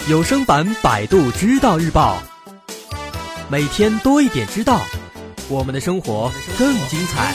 有声版百度知道日报，每天多一点知道，我们的生活更精彩。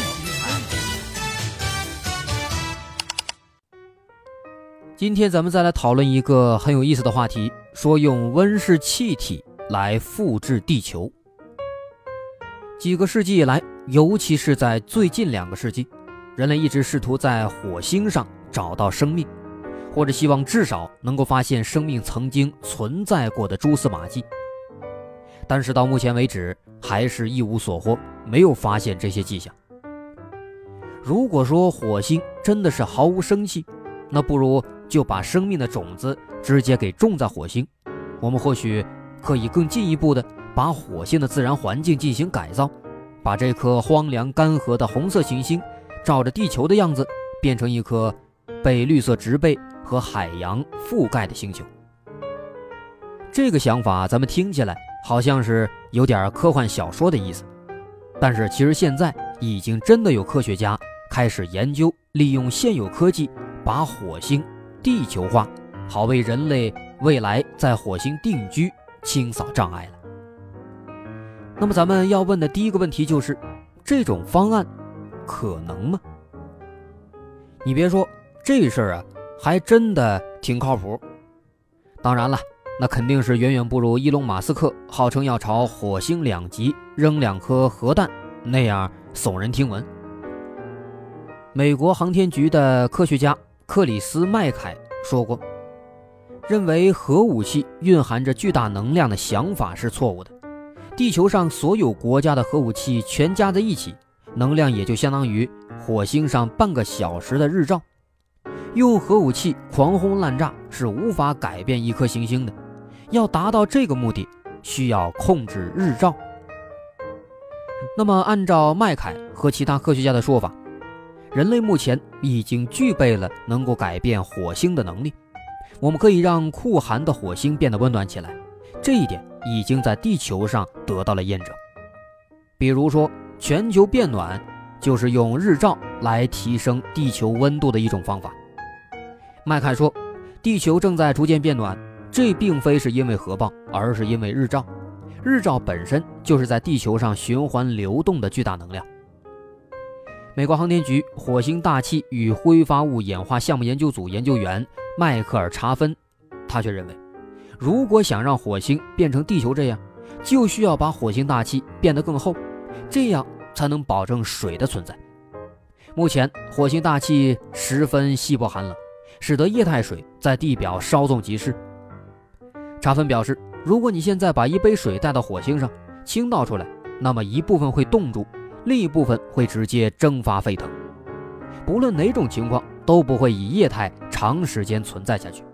今天咱们再来讨论一个很有意思的话题，说用温室气体来复制地球。几个世纪以来，尤其是在最近2个世纪，人类一直试图在火星上找到生命，或者希望至少能够发现生命曾经存在过的蛛丝马迹。但是到目前为止，还是一无所获，没有发现这些迹象。如果说火星真的是毫无生气，那不如就把生命的种子直接给种在火星，我们或许可以更进一步的把火星的自然环境进行改造，把这颗荒凉干涸的红色行星照着地球的样子变成一颗被绿色植被和海洋覆盖的星球。这个想法咱们听起来好像是有点科幻小说的意思，但是其实现在已经真的有科学家开始研究利用现有科技把火星地球化，好为人类未来在火星定居清扫障碍了。那么咱们要问的第一个问题就是，这种方案可能吗？你别说，这事儿还真的挺靠谱。当然了，那肯定是远远不如伊隆马斯克号称要朝火星2极扔2颗核弹那样耸人听闻。美国航天局的科学家克里斯麦凯说过，认为核武器蕴含着巨大能量的想法是错误的。地球上所有国家的核武器全加在一起，能量也就相当于火星上半个小时的日照。用核武器狂轰滥炸是无法改变一颗行星的，要达到这个目的，需要控制日照。那么按照麦凯和其他科学家的说法，人类目前已经具备了能够改变火星的能力，我们可以让酷寒的火星变得温暖起来，这一点已经在地球上得到了验证。比如说，全球变暖就是用日照来提升地球温度的一种方法。麦凯说，地球正在逐渐变暖，这并非是因为核爆，而是因为日照。日照本身就是在地球上循环流动的巨大能量。美国航天局火星大气与挥发物演化项目研究组研究员迈克尔·查芬，他却认为，如果想让火星变成地球这样，就需要把火星大气变得更厚，这样才能保证水的存在。目前火星大气十分稀薄寒冷，使得液态水在地表稍纵即逝。查芬表示，如果你现在把一杯水带到火星上倾倒出来，那么一部分会冻住，另一部分会直接蒸发沸腾，不论哪种情况都不会以液态长时间存在下去。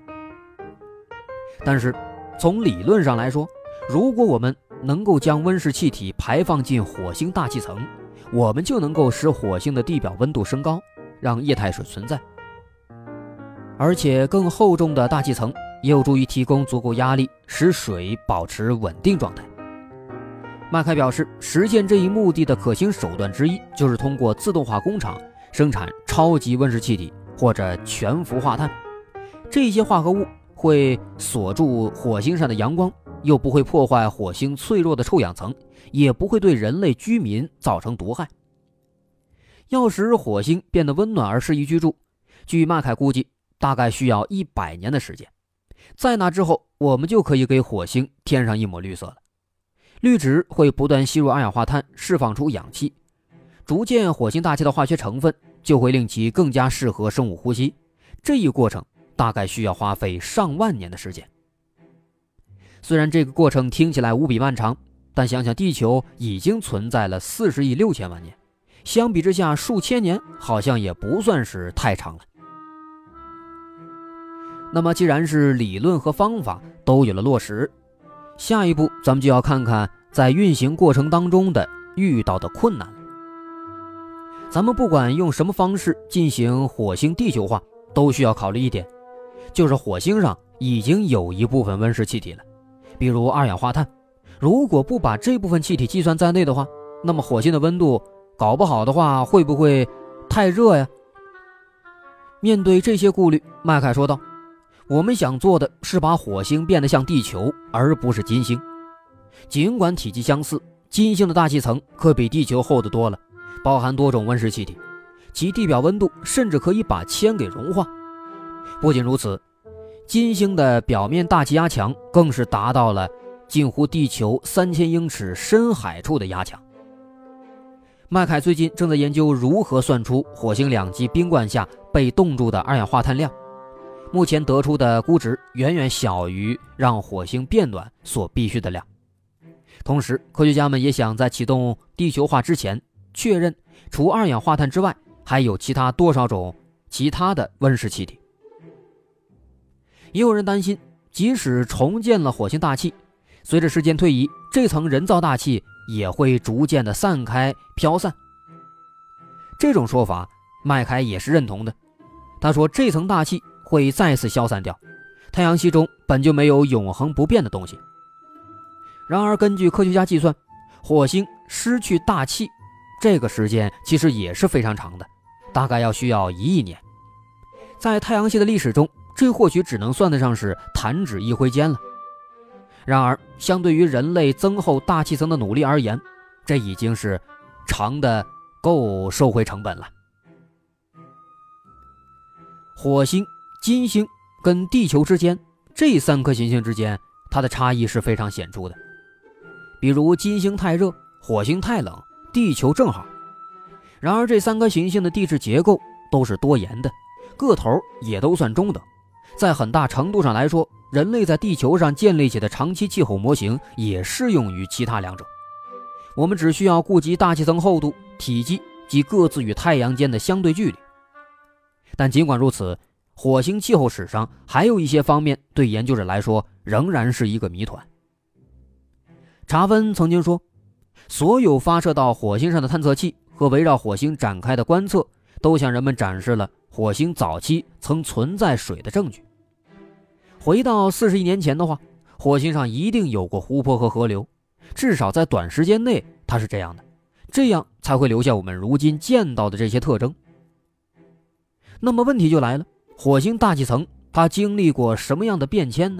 但是从理论上来说，如果我们能够将温室气体排放进火星大气层，我们就能够使火星的地表温度升高，让液态水存在。而且更厚重的大气层也有助于提供足够压力，使水保持稳定状态。麦凯表示，实现这一目的的可行手段之一就是通过自动化工厂生产超级温室气体或者全氟化碳。这些化合物会锁住火星上的阳光，又不会破坏火星脆弱的臭氧层，也不会对人类居民造成毒害。要使火星变得温暖而适宜居住，据麦凯估计大概需要100年的时间。在那之后，我们就可以给火星添上一抹绿色了。绿植会不断吸入二氧化碳，释放出氧气，逐渐火星大气的化学成分就会令其更加适合生物呼吸。这一过程大概需要花费上万年的时间。虽然这个过程听起来无比漫长，但想想地球已经存在了40亿6千万年，相比之下数千年好像也不算是太长了。那么既然是理论和方法都有了落实，下一步咱们就要看看在运行过程当中的遇到的困难了。咱们不管用什么方式进行火星地球化，都需要考虑一点，就是火星上已经有一部分温室气体了，比如二氧化碳。如果不把这部分气体计算在内的话，那么火星的温度搞不好的话会不会太热呀？面对这些顾虑，麦凯说道， 我们想做的是把火星变得像地球，而不是金星。尽管体积相似，金星的大气层可比地球厚得多了，包含多种温室气体，其地表温度甚至可以把铅给融化。不仅如此，金星的表面大气压强更是达到了近乎地球3000英尺深海处的压强。麦凯最近正在研究如何算出火星2级冰冠下被冻住的二氧化碳量，目前得出的估值远远小于让火星变暖所必须的量。同时，科学家们也想在启动地球化之前确认除二氧化碳之外还有其他多少种其他的温室气体。也有人担心，即使重建了火星大气，随着时间推移，这层人造大气也会逐渐的散开飘散。这种说法麦凯也是认同的，他说这层大气会再次消散掉，太阳系中本就没有永恒不变的东西。然而根据科学家计算，火星失去大气这个时间其实也是非常长的，大概需要1亿年。在太阳系的历史中，这或许只能算得上是弹指一挥间了。然而相对于人类增厚大气层的努力而言，这已经是长的够收回成本了。火星、金星跟地球之间，这3颗行星之间，它的差异是非常显著的。比如金星太热，火星太冷，地球正好。然而这3颗行星的地质结构都是多岩的，个头也都算中等，在很大程度上来说，人类在地球上建立起的长期气候模型也适用于其他2者。我们只需要顾及大气层厚度、体积及各自与太阳间的相对距离。但尽管如此，火星气候史上还有一些方面对研究者来说仍然是一个谜团。查温曾经说，所有发射到火星上的探测器和围绕火星展开的观测都向人们展示了火星早期曾存在水的证据。回到40亿年前的话，火星上一定有过湖泊和河流，至少在短时间内它是这样的，这样才会留下我们如今见到的这些特征。那么问题就来了，火星大气层它经历过什么样的变迁呢？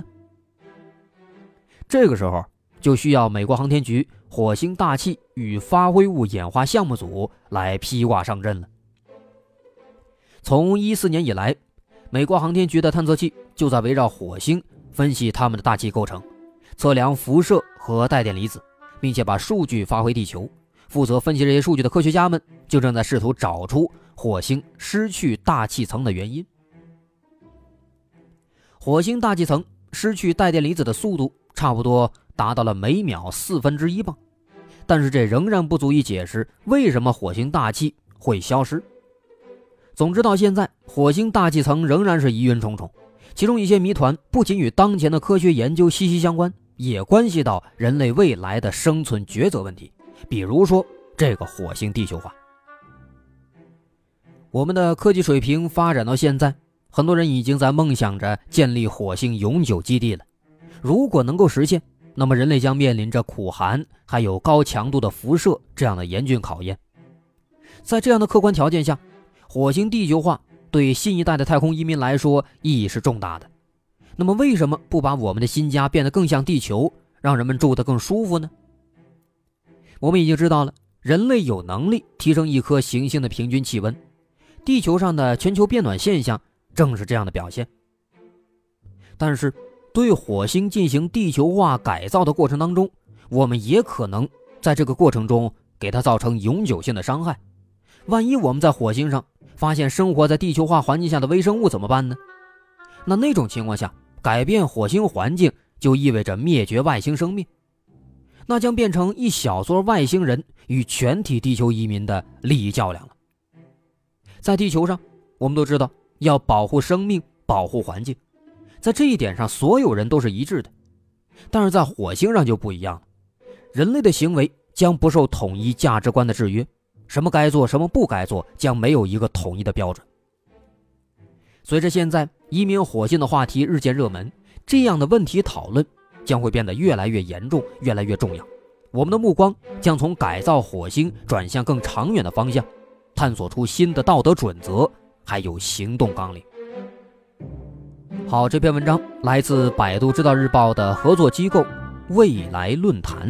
这个时候就需要美国航天局火星大气与发挥物演化项目组来披挂上阵了。从14年以来，美国航天局的探测器就在围绕火星分析它们的大气构成，测量辐射和带电离子，并且把数据发回地球。负责分析这些数据的科学家们就正在试图找出火星失去大气层的原因。火星大气层失去带电离子的速度差不多达到了每秒1/4磅，但是这仍然不足以解释为什么火星大气会消失。总之到现在，火星大气层仍然是疑云重重，其中一些谜团不仅与当前的科学研究息息相关，也关系到人类未来的生存抉择问题，比如说这个火星地球化。我们的科技水平发展到现在，很多人已经在梦想着建立火星永久基地了。如果能够实现，那么人类将面临着苦寒还有高强度的辐射这样的严峻考验。在这样的客观条件下，火星地球化对新一代的太空移民来说意义是重大的。那么为什么不把我们的新家变得更像地球，让人们住得更舒服呢？我们已经知道了，人类有能力提升一颗行星的平均气温，地球上的全球变暖现象正是这样的表现。但是对火星进行地球化改造的过程当中，我们也可能在这个过程中给它造成永久性的伤害。万一我们在火星上发现生活在地球化环境下的微生物怎么办呢？那种情况下，改变火星环境就意味着灭绝外星生命，那将变成一小撮外星人与全体地球移民的利益较量了。在地球上，我们都知道要保护生命，保护环境，在这一点上所有人都是一致的。但是在火星上就不一样了，人类的行为将不受统一价值观的制约，什么该做什么不该做将没有一个统一的标准。随着现在移民火星的话题日渐热门，这样的问题讨论将会变得越来越严重，越来越重要。我们的目光将从改造火星转向更长远的方向，探索出新的道德准则还有行动纲领。 好，这篇文章来自百度知道日报的合作机构未来论坛。